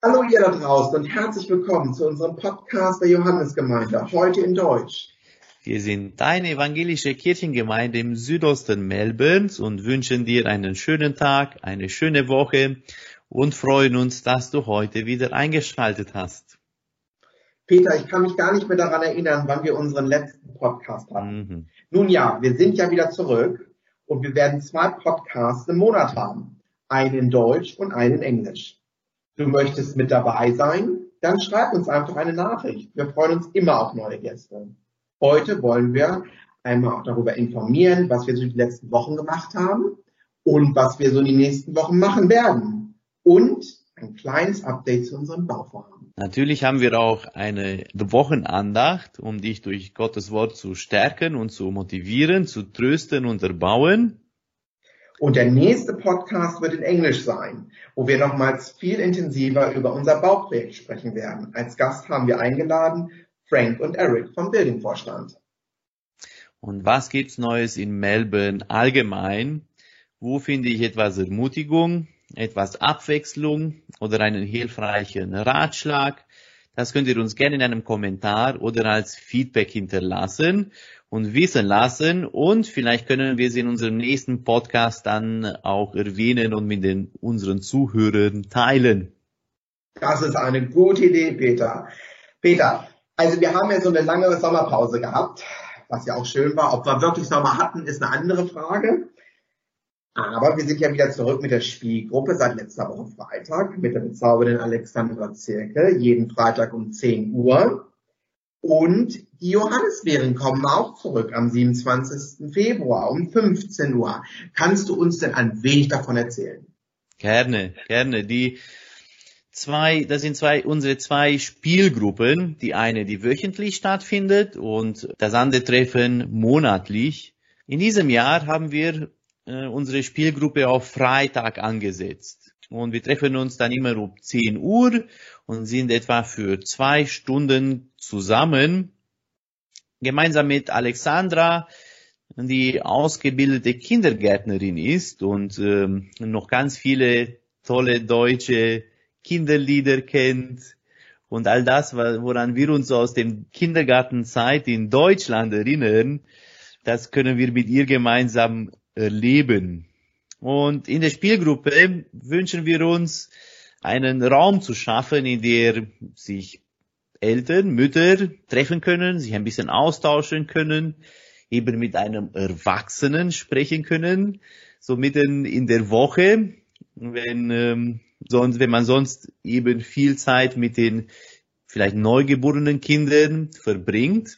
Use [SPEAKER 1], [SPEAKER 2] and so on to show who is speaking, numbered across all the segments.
[SPEAKER 1] Hallo ihr da draußen und herzlich willkommen zu unserem Podcast der Johannesgemeinde, heute in Deutsch.
[SPEAKER 2] Wir sind deine evangelische Kirchengemeinde im Südosten Melbournes und wünschen dir einen schönen Tag, eine schöne Woche und freuen uns, dass du heute wieder eingeschaltet hast.
[SPEAKER 1] Peter, ich kann mich gar nicht mehr daran erinnern, wann wir unseren letzten Podcast hatten. Nun ja, wir sind ja wieder zurück und wir werden 2 Podcasts im Monat haben. Einen in Deutsch und einen in Englisch. Du möchtest mit dabei sein? Dann schreib uns einfach eine Nachricht. Wir freuen uns immer auf neue Gäste. Heute wollen wir einmal auch darüber informieren, was wir so die letzten Wochen gemacht haben und was wir so in den nächsten Wochen machen werden. Und ein kleines Update zu unserem Bauvorhaben.
[SPEAKER 2] Natürlich haben wir auch eine Wochenandacht, um dich durch Gottes Wort zu stärken und zu motivieren, zu trösten und erbauen.
[SPEAKER 1] Und der nächste Podcast wird in Englisch sein, wo wir nochmals viel intensiver über unser Bauprojekt sprechen werden. Als Gast haben wir eingeladen Frank und Eric vom Building-Vorstand.
[SPEAKER 2] Und was gibt's Neues in Melbourne allgemein? Wo finde ich etwas Ermutigung, etwas Abwechslung oder einen hilfreichen Ratschlag? Das könnt ihr uns gerne in einem Kommentar oder als Feedback hinterlassen und wissen lassen. Und vielleicht können wir sie in unserem nächsten Podcast dann auch erwähnen und mit unseren Zuhörern teilen.
[SPEAKER 1] Das ist eine gute Idee, Peter. Peter, also wir haben ja so eine lange Sommerpause gehabt, was ja auch schön war. Ob wir wirklich Sommer hatten, ist eine andere Frage. Aber wir sind ja wieder zurück mit der Spielgruppe seit letzter Woche Freitag mit der bezaubernden Alexandra Zirke, jeden Freitag um 10 Uhr. Und die Johannisbeeren kommen auch zurück am 27. Februar um 15 Uhr. Kannst du uns denn ein wenig davon erzählen?
[SPEAKER 2] Gerne. Das sind unsere 2 Spielgruppen. Die eine, die wöchentlich stattfindet und das andere Treffen monatlich. In diesem Jahr haben wir unsere Spielgruppe auf Freitag angesetzt. Und wir treffen uns dann immer um 10 Uhr und sind etwa für 2 Stunden zusammen, gemeinsam mit Alexandra, die ausgebildete Kindergärtnerin ist und noch ganz viele tolle deutsche Kinderlieder kennt. Und all das, woran wir uns aus dem Kindergartenzeit in Deutschland erinnern, das können wir mit ihr gemeinsam erleben. Und in der Spielgruppe wünschen wir uns, einen Raum zu schaffen, in der sich Eltern, Mütter treffen können, sich ein bisschen austauschen können, eben mit einem Erwachsenen sprechen können, so mitten in der Woche, wenn man sonst eben viel Zeit mit den vielleicht neugeborenen Kindern verbringt.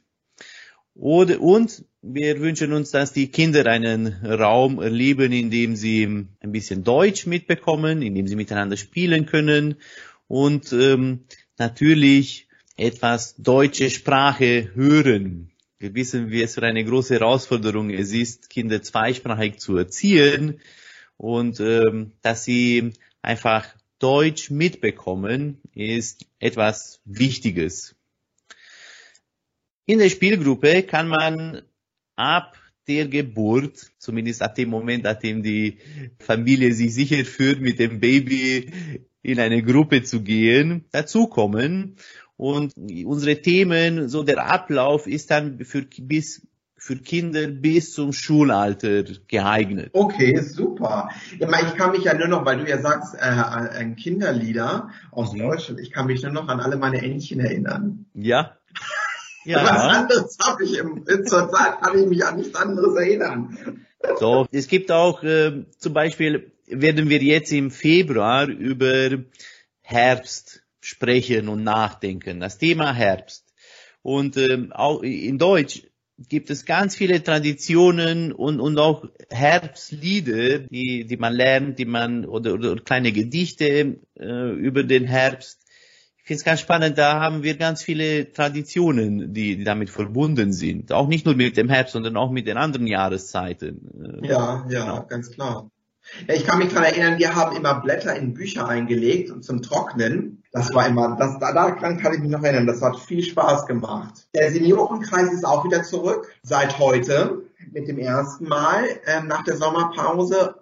[SPEAKER 2] Und wir wünschen uns, dass die Kinder einen Raum erleben, in dem sie ein bisschen Deutsch mitbekommen, in dem sie miteinander spielen können und natürlich etwas deutsche Sprache hören. Wir wissen, wie es für eine große Herausforderung es ist, Kinder zweisprachig zu erziehen und dass sie einfach Deutsch mitbekommen, ist etwas Wichtiges. In der Spielgruppe kann man ab der Geburt, zumindest ab dem Moment, ab dem die Familie sich sicher fühlt, mit dem Baby in eine Gruppe zu gehen, dazukommen. Und unsere Themen, so der Ablauf ist dann für Kinder bis zum Schulalter geeignet.
[SPEAKER 1] Okay, super. Ich kann mich ja nur noch, weil du ja sagst, ein Kinderlieder aus Deutschland, ich kann mich nur noch an alle meine Entchen erinnern.
[SPEAKER 2] Ja.
[SPEAKER 1] Was anderes habe ich zur Zeit, kann ich mich an nichts anderes erinnern.
[SPEAKER 2] So, es gibt auch, zum Beispiel werden wir jetzt im Februar über Herbst sprechen und nachdenken, das Thema Herbst. Und auch in Deutsch gibt es ganz viele Traditionen und auch Herbstlieder, die man lernt, oder kleine Gedichte über den Herbst. Ich finde es ganz spannend, da haben wir ganz viele Traditionen, die damit verbunden sind. Auch nicht nur mit dem Herbst, sondern auch mit den anderen Jahreszeiten.
[SPEAKER 1] Ja, genau. Ganz klar. Ja, ich kann mich daran erinnern, wir haben immer Blätter in Bücher eingelegt und zum Trocknen. Das war immer, daran kann ich mich noch erinnern, das hat viel Spaß gemacht. Der Seniorenkreis ist auch wieder zurück, seit heute, mit dem ersten Mal nach der Sommerpause.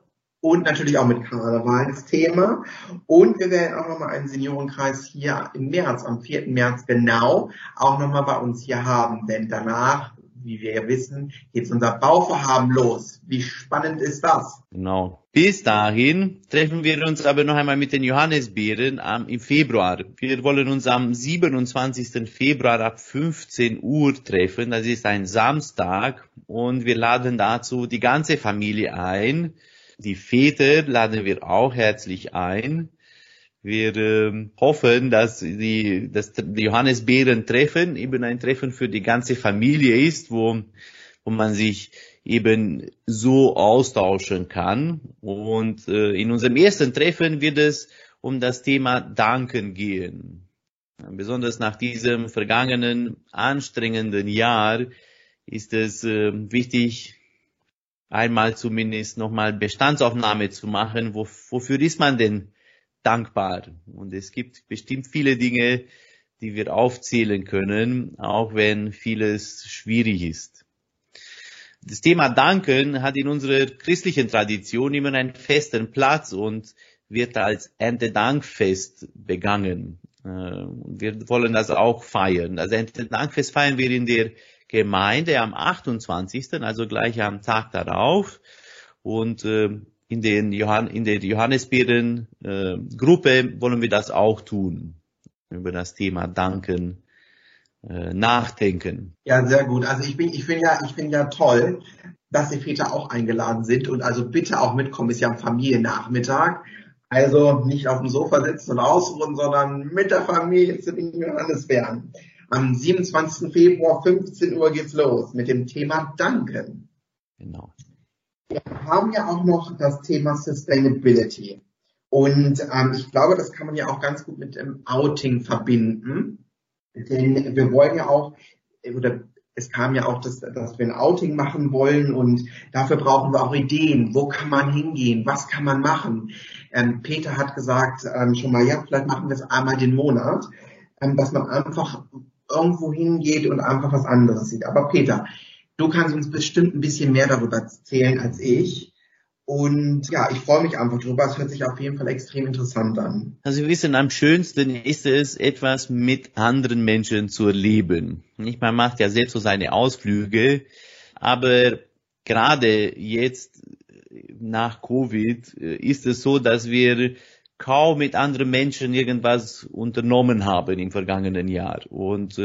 [SPEAKER 1] und natürlich auch mit Karnevalsthema. Und wir werden auch nochmal einen Seniorenkreis hier im März, am 4. März genau, auch nochmal bei uns hier haben. Denn danach, wie wir ja wissen, geht unser Bauvorhaben los. Wie spannend ist das?
[SPEAKER 2] Genau. Bis dahin treffen wir uns aber noch einmal mit den Johannisbeeren im Februar. Wir wollen uns am 27. Februar ab 15 Uhr treffen. Das ist ein Samstag und wir laden dazu die ganze Familie ein. Die Väter laden wir auch herzlich ein. Wir hoffen, dass die Johannisbeeren-Treffen eben ein Treffen für die ganze Familie ist, wo man sich eben so austauschen kann. Und in unserem ersten Treffen wird es um das Thema Danken gehen. Besonders nach diesem vergangenen, anstrengenden Jahr ist es wichtig, einmal zumindest nochmal Bestandsaufnahme zu machen. Wofür ist man denn dankbar? Und es gibt bestimmt viele Dinge, die wir aufzählen können, auch wenn vieles schwierig ist. Das Thema Danken hat in unserer christlichen Tradition immer einen festen Platz und wird als Erntedankfest begangen. Wir wollen das auch feiern. Das Erntedankfest feiern wir in der Gemeinde am 28., also gleich am Tag darauf. Und in der Johannisbeeren-Gruppe wollen wir das auch tun, über das Thema Danken nachdenken.
[SPEAKER 1] Ja, sehr gut. Also ich finde ja toll, dass die Väter auch eingeladen sind und also bitte auch mitkommen. Ist ja ein Familiennachmittag. Also nicht auf dem Sofa sitzen und ausruhen, sondern mit der Familie zu den Johannisbeeren. Am 27. Februar, 15 Uhr geht's los mit dem Thema Danken.
[SPEAKER 2] Genau.
[SPEAKER 1] Wir haben ja auch noch das Thema Sustainability. Und ich glaube, das kann man ja auch ganz gut mit dem Outing verbinden. Denn wir wollen ja auch, oder es kam ja auch, dass wir ein Outing machen wollen und dafür brauchen wir auch Ideen. Wo kann man hingehen? Was kann man machen? Peter hat gesagt schon mal, ja, vielleicht machen wir es einmal den Monat, dass man einfach irgendwo hingeht und einfach was anderes sieht. Aber Peter, du kannst uns bestimmt ein bisschen mehr darüber erzählen als ich. Und ja, ich freue mich einfach drüber. Es hört sich auf jeden Fall extrem interessant an.
[SPEAKER 2] Also wir wissen, am schönsten ist es, etwas mit anderen Menschen zu erleben. Man macht ja selbst so seine Ausflüge, aber gerade jetzt nach Covid ist es so, dass wir kaum mit anderen Menschen irgendwas unternommen haben im vergangenen Jahr. Und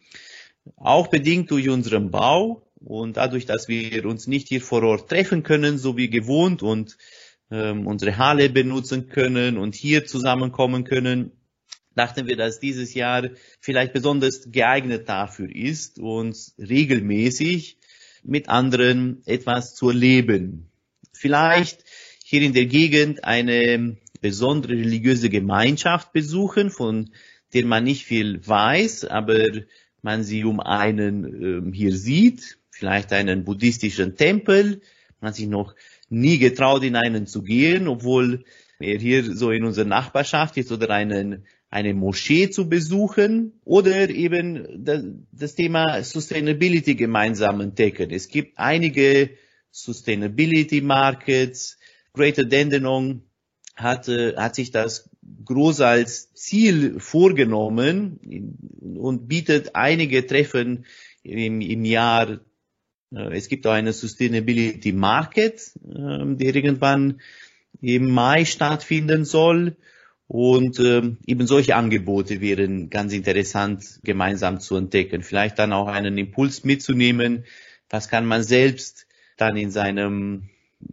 [SPEAKER 2] auch bedingt durch unseren Bau und dadurch, dass wir uns nicht hier vor Ort treffen können, so wie gewohnt und unsere Halle benutzen können und hier zusammenkommen können, dachten wir, dass dieses Jahr vielleicht besonders geeignet dafür ist, uns regelmäßig mit anderen etwas zu erleben. Vielleicht hier in der Gegend eine besondere religiöse Gemeinschaft besuchen, von der man nicht viel weiß, aber man sie um einen hier sieht, vielleicht einen buddhistischen Tempel, man hat sich noch nie getraut, in einen zu gehen, obwohl er hier so in unserer Nachbarschaft ist, oder eine Moschee zu besuchen oder eben das Thema Sustainability gemeinsam entdecken. Es gibt einige Sustainability Markets. Greater Dandenong hat sich das groß als Ziel vorgenommen und bietet einige Treffen im Jahr. Es gibt auch eine Sustainability Market, der irgendwann im Mai stattfinden soll. Und eben solche Angebote wären ganz interessant gemeinsam zu entdecken. Vielleicht dann auch einen Impuls mitzunehmen, was kann man selbst dann in seinem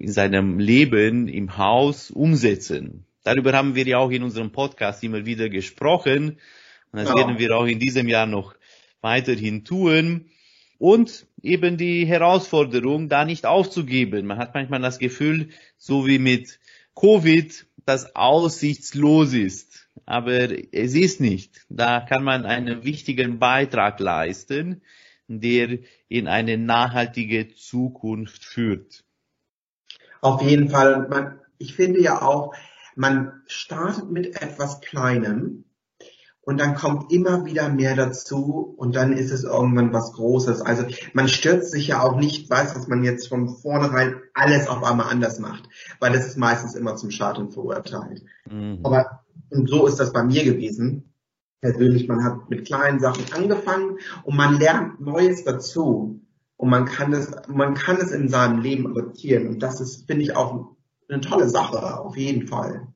[SPEAKER 2] Leben im Haus umsetzen. Darüber haben wir ja auch in unserem Podcast immer wieder gesprochen. Und das werden wir auch in diesem Jahr noch weiterhin tun. Und eben die Herausforderung, da nicht aufzugeben. Man hat manchmal das Gefühl, so wie mit Covid, das aussichtslos ist. Aber es ist nicht. Da kann man einen wichtigen Beitrag leisten, der in eine nachhaltige Zukunft führt.
[SPEAKER 1] Auf jeden Fall. Ich finde ja auch, man startet mit etwas Kleinem und dann kommt immer wieder mehr dazu und dann ist es irgendwann was Großes. Also man stürzt sich ja auch nicht, weiß, dass man jetzt von vornherein alles auf einmal anders macht, weil das ist meistens immer zum Scheitern verurteilt. Aber und so ist das bei mir gewesen. Persönlich, man hat mit kleinen Sachen angefangen und man lernt Neues dazu und man kann es in seinem Leben adaptieren und das ist, finde ich, auch eine tolle Sache, auf jeden Fall.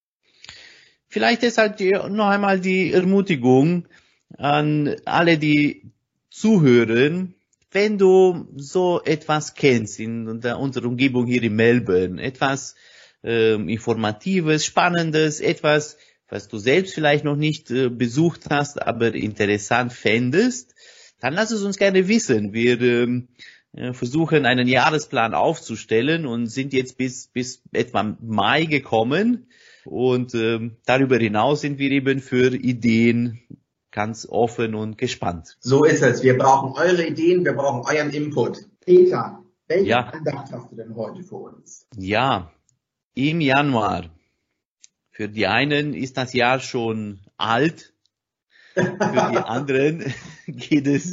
[SPEAKER 2] Vielleicht deshalb noch einmal die Ermutigung an alle, die zuhören, wenn du so etwas kennst in unserer Umgebung hier in Melbourne, etwas Informatives, Spannendes, etwas, was du selbst vielleicht noch nicht besucht hast, aber interessant fändest, dann lass es uns gerne wissen. Wir versuchen einen Jahresplan aufzustellen und sind jetzt bis etwa Mai gekommen. Und darüber hinaus sind wir eben für Ideen ganz offen und gespannt.
[SPEAKER 1] So ist es. Wir brauchen eure Ideen, wir brauchen euren Input. Peter, welche Andacht hast du denn heute für uns?
[SPEAKER 2] Ja, im Januar. Für die einen ist das Jahr schon alt. Für die anderen geht es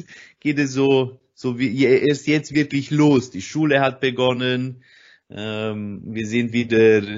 [SPEAKER 2] so wie erst jetzt wirklich los. Die Schule hat begonnen. Wir sind wieder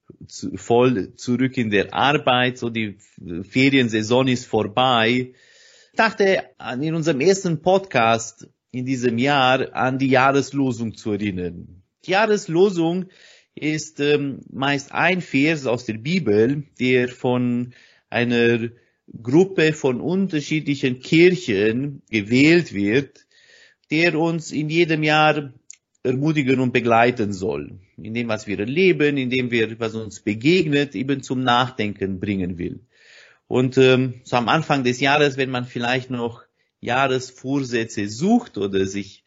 [SPEAKER 2] voll zurück in der Arbeit, so die Feriensaison ist vorbei. Ich dachte in unserem ersten Podcast in diesem Jahr an die Jahreslosung zu erinnern. Die Jahreslosung ist meist ein Vers aus der Bibel, der von einer Gruppe von unterschiedlichen Kirchen gewählt wird, der uns in jedem Jahr ermutigen und begleiten soll. In dem, was wir erleben, in dem was uns begegnet, eben zum Nachdenken bringen will. Und so am Anfang des Jahres, wenn man vielleicht noch Jahresvorsätze sucht oder sich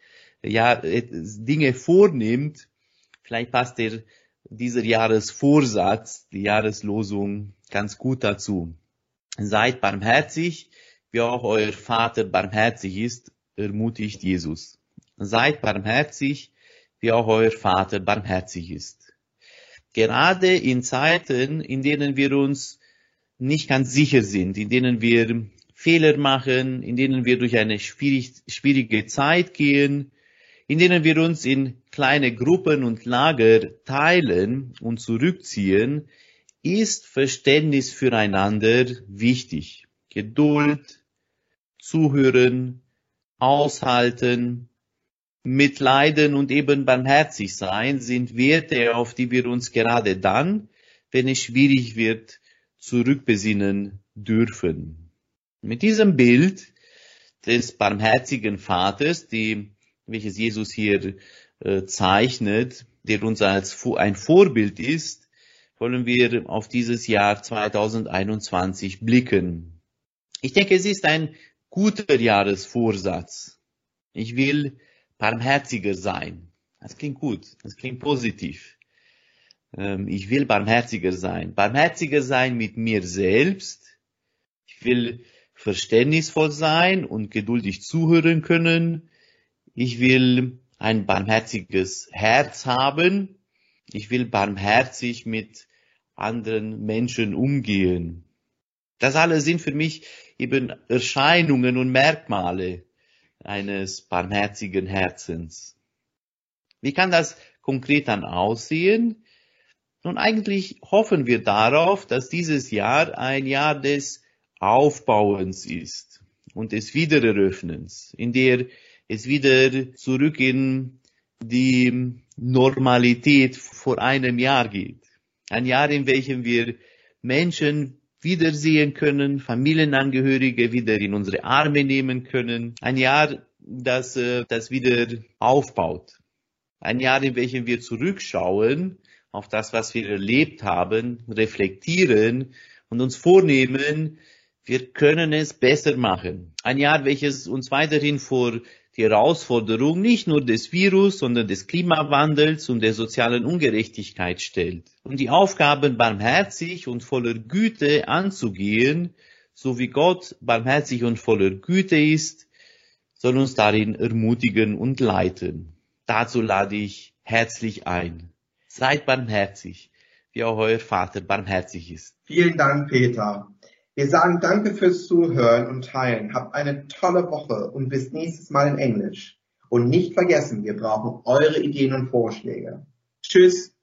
[SPEAKER 2] Dinge vornimmt, vielleicht passt dieser Jahresvorsatz, die Jahreslosung ganz gut dazu. Seid barmherzig, wie auch euer Vater barmherzig ist, ermutigt Jesus. Seid barmherzig, wie auch euer Vater barmherzig ist. Gerade in Zeiten, in denen wir uns nicht ganz sicher sind, in denen wir Fehler machen, in denen wir durch eine schwierige Zeit gehen, in denen wir uns in kleine Gruppen und Lager teilen und zurückziehen, ist Verständnis füreinander wichtig. Geduld, Zuhören, Aushalten, Mitleiden und eben barmherzig sein sind Werte, auf die wir uns gerade dann, wenn es schwierig wird, zurückbesinnen dürfen. Mit diesem Bild des barmherzigen Vaters, welches Jesus hier zeichnet, der uns als ein Vorbild ist, wollen wir auf dieses Jahr 2021 blicken. Ich denke, es ist ein guter Jahresvorsatz. Ich will barmherziger sein. Das klingt gut, das klingt positiv. Ich will barmherziger sein. Barmherziger sein mit mir selbst. Ich will verständnisvoll sein und geduldig zuhören können. Ich will ein barmherziges Herz haben. Ich will barmherzig mit anderen Menschen umgehen. Das alles sind für mich eben Erscheinungen und Merkmale eines barmherzigen Herzens. Wie kann das konkret dann aussehen? Nun, eigentlich hoffen wir darauf, dass dieses Jahr ein Jahr des Aufbauens ist und des Wiedereröffnens, in der es wieder zurück in die Normalität vor einem Jahr geht. Ein Jahr, in welchem wir Menschen wiedersehen können, Familienangehörige wieder in unsere Arme nehmen können. Ein Jahr, das wieder aufbaut. Ein Jahr, in welchem wir zurückschauen auf das, was wir erlebt haben, reflektieren und uns vornehmen, wir können es besser machen. Ein Jahr, welches uns weiterhin vor die Herausforderung nicht nur des Virus, sondern des Klimawandels und der sozialen Ungerechtigkeit stellt. Um die Aufgaben barmherzig und voller Güte anzugehen, so wie Gott barmherzig und voller Güte ist, soll uns darin ermutigen und leiten. Dazu lade ich herzlich ein. Seid barmherzig, wie auch euer Vater barmherzig ist.
[SPEAKER 1] Vielen Dank, Peter. Wir sagen danke fürs Zuhören und Teilen. Habt eine tolle Woche und bis nächstes Mal in Englisch. Und nicht vergessen, wir brauchen eure Ideen und Vorschläge. Tschüss.